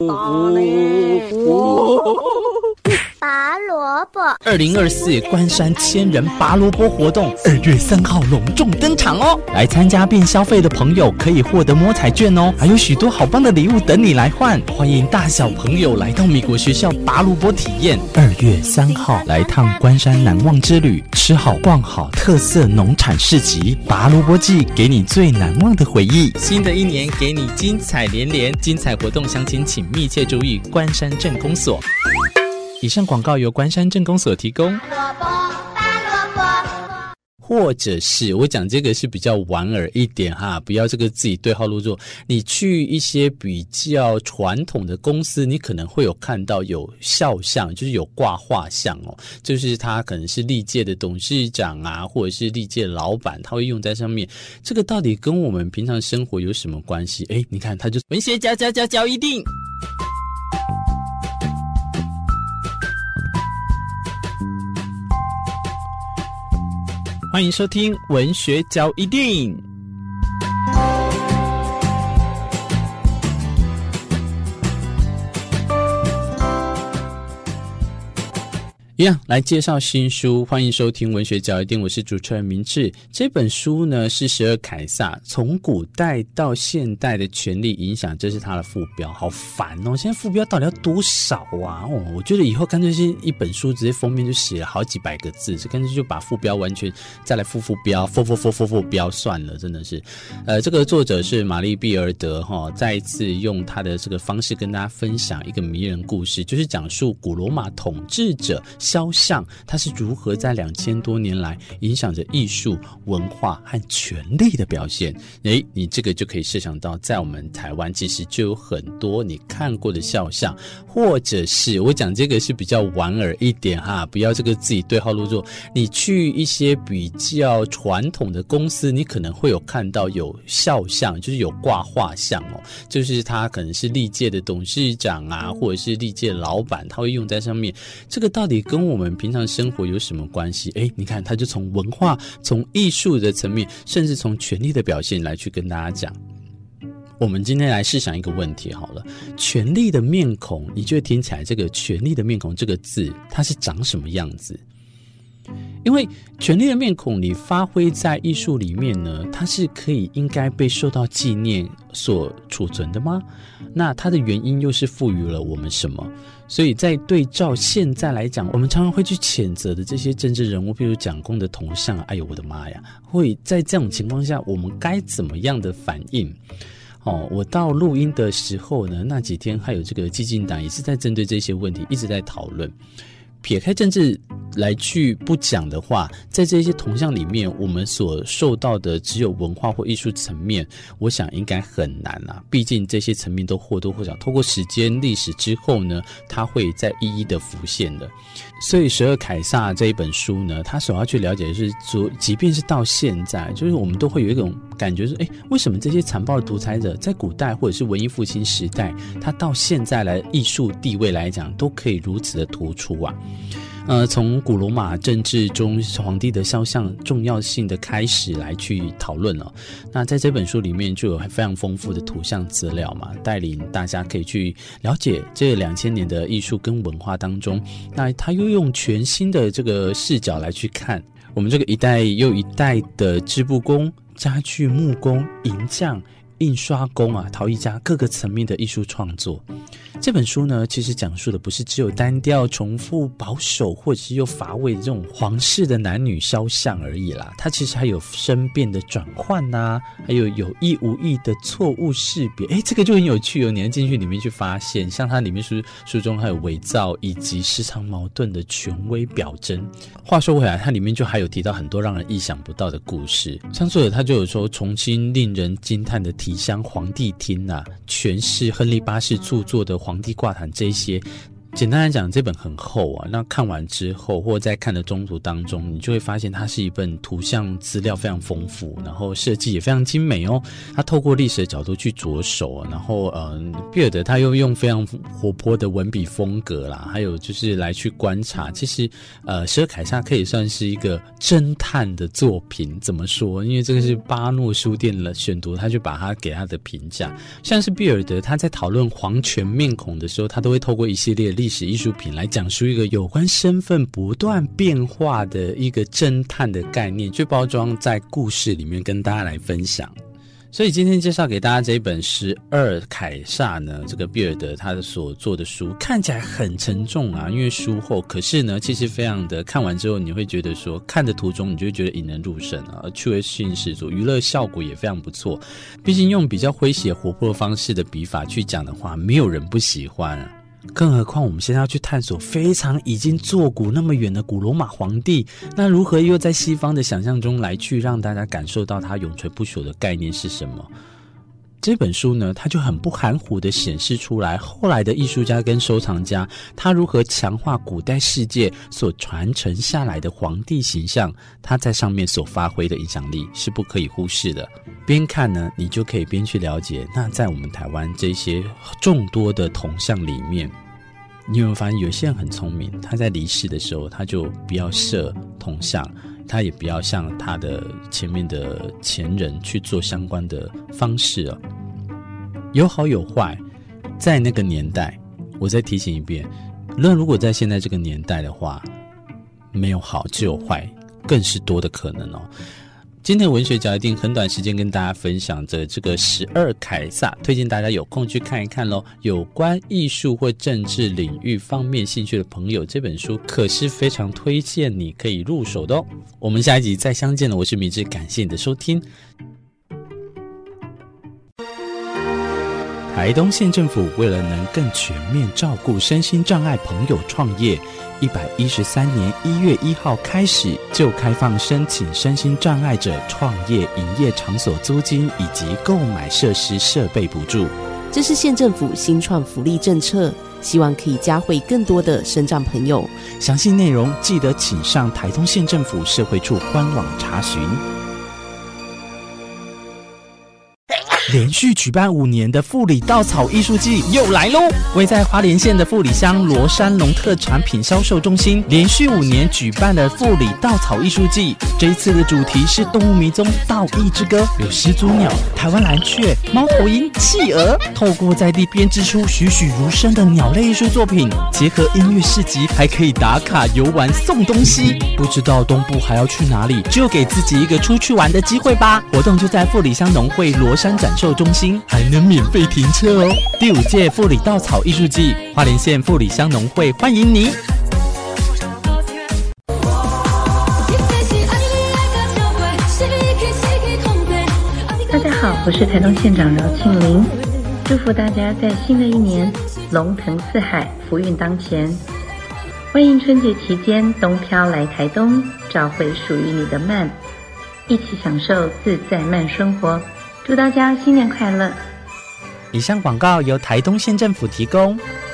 拔萝卜 ，2024关山千人拔萝卜活动2月3号隆重登场哦！来参加并消费的朋友可以获得摸彩券哦，还有许多好棒的礼物等你来换。欢迎大小朋友来到美国学校拔萝卜体验。2月3号来趟关山难忘之旅，吃好逛好特色农产市集，拔萝卜季给你最难忘的回忆。新的一年给你精彩连连，精彩活动详情请密切注意关山镇公所。以上广告由关山镇公所提供。或者是我讲这个是比较莞尔一点哈，不要这个自己对号入座。你去一些比较传统的公司，你可能会有看到有肖像，就是有挂画像哦，就是他可能是历届的董事长啊，或者是历届的老板，他会用在上面。这个到底跟我们平常生活有什么关系？你看他就文学家一定。欢迎收听文学交一定。一样来介绍新书，欢迎收听文学交一定，我是主持人明志。这本书呢是十二凯撒从古代到现代的权力影响，这是他的副标。好烦哦，现在副标到底要多少啊？我觉得以后干脆是一本书直接封面就写了好几百个字，干脆就把副标完全再来副标副标算了，真的是。这个作者是玛丽毕尔德再一次用他的这个方式跟大家分享一个迷人故事，就是讲述古罗马统治者肖像它是如何在2000多年来影响着艺术、文化和权力的表现。你这个就可以设想到，在我们台湾其实就有很多你看过的肖像，或者是我讲这个是比较莞尔一点哈，不要这个自己对号入座。你去一些比较传统的公司，你可能会有看到有肖像，就是有挂画像哦，就是他可能是历届的董事长啊，或者是历届的老板，他会用在上面。这个到底跟我们平常生活有什么关系？你看他就从文化、从艺术的层面，甚至从权力的表现来去跟大家讲。我们今天来试想一个问题好了，权力的面孔，你觉得听起来这个权力的面孔这个字它是长什么样子？因为权力的面孔你发挥在艺术里面呢，它是可以应该被受到纪念所储存的吗？那它的原因又是赋予了我们什么？所以在对照现在来讲，我们常常会去谴责的这些政治人物，比如蒋公的铜像，哎呦我的妈呀，会在这种情况下我们该怎么样的反应？我到录音的时候呢，那几天还有这个基进党也是在针对这些问题一直在讨论。撇开政治来去不讲的话，在这些铜像里面，我们所受到的只有文化或艺术层面，我想应该很难啊。毕竟这些层面都或多或少透过时间历史之后呢，它会再一一的浮现的。所以十二凯撒这一本书呢，他所要去了解的是，即便是到现在，就是我们都会有一种感觉是，为什么这些残暴的独裁者在古代或者是文艺复兴时代，他到现在来艺术地位来讲，都可以如此的突出啊？从古罗马政治中皇帝的肖像重要性的开始来去讨论了。那在这本书里面就有非常丰富的图像资料嘛，带领大家可以去了解这2000年的艺术跟文化当中，那他又用全新的这个视角来去看我们这个一代又一代的织布工、家具木工、银匠、印刷工啊、陶艺家各个层面的艺术创作。这本书呢，其实讲述的不是只有单调、重复、保守或者是又乏味的这种皇室的男女肖像而已啦。它其实还有身变的转换啊，还有有意无意的错误识别。这个就很有趣哦，你要进去里面去发现，像它里面书中还有伪造以及时常矛盾的权威表征。话说回来，它里面就还有提到很多让人意想不到的故事，像作者他就有说，重新令人惊叹的提香皇帝厅啊，诠释亨利8世著作的皇帝挂毯这些， 简单来讲，这本很厚啊，那看完之后或在看的中途当中，你就会发现它是一本图像资料非常丰富，然后设计也非常精美哦。它透过历史的角度去着手，然后比尔德他又用非常活泼的文笔风格啦，还有就是来去观察。其实十二凯撒可以算是一个侦探的作品，怎么说？因为这个是巴诺书店的选读，他就把它给他的评价。像是比尔德他在讨论皇权面孔的时候，他都会透过一系列历史艺术品来讲述一个有关身份不断变化的一个侦探的概念，去包装在故事里面跟大家来分享。所以今天介绍给大家这一本12凯撒呢，这个比尔德他所做的书看起来很沉重啊，因为书厚，可是呢其实非常的看完之后你会觉得说，看的途中你就会觉得引人入胜啊，趣味性十足，娱乐效果也非常不错。毕竟用比较诙谐活泼的方式的笔法去讲的话，没有人不喜欢啊。更何况我们现在要去探索非常已经坐古那么远的古罗马皇帝，那如何又在西方的想象中来去让大家感受到他永垂不朽的概念是什么？这本书呢，它就很不含糊地显示出来后来的艺术家跟收藏家他如何强化古代世界所传承下来的皇帝形象，他在上面所发挥的影响力是不可以忽视的。边看呢，你就可以边去了解，那在我们台湾这些众多的铜像里面，你有没有发现有些人很聪明，他在离世的时候他就不要设铜像，他也不要像他的前面的前人去做相关的方式啊。有好有坏，在那个年代，我再提醒一遍，那如果在现在这个年代的话，没有好只有坏，更是多的可能哦。今天的文学角一定很短时间跟大家分享着这个12凯撒，推荐大家有空去看一看咯。有关艺术或政治领域方面兴趣的朋友，这本书可是非常推荐你可以入手的哦。我们下一集再相见了，我是明志，感谢你的收听。台东县政府为了能更全面照顾身心障碍朋友创业，113年1月1号开始就开放申请身心障碍者创业营业场所租金以及购买设施设备补助。 这是县政府新创福利政策，希望可以嘉惠更多的身障朋友。 详细内容记得请上台东县政府社会处官网查询。连续举办5年的富里稻草艺术季又来咯！位在花莲县的富里乡罗山农特产品销售中心，连续5年举办的富里稻草艺术季。这一次的主题是动物迷踪稻艺之歌，有始祖鸟、台湾蓝雀、猫头鹰、企鹅，透过在地编织出栩栩如生的鸟类艺术作品，结合音乐市集，还可以打卡游玩送东西。不知道东部还要去哪里，就给自己一个出去玩的机会吧！活动就在富里乡农会罗山展售中心，还能免费停车哦。第5届富里稻草艺术季，花莲县富里乡农会欢迎你。 大家好，我是台东县长饶庆玲，祝福大家在新的一年龙腾四海，福运当前。欢迎春节期间东漂来台东，找回属于你的慢，一起享受自在慢生活。祝大家新年快乐！ 以上广告由台东县政府提供。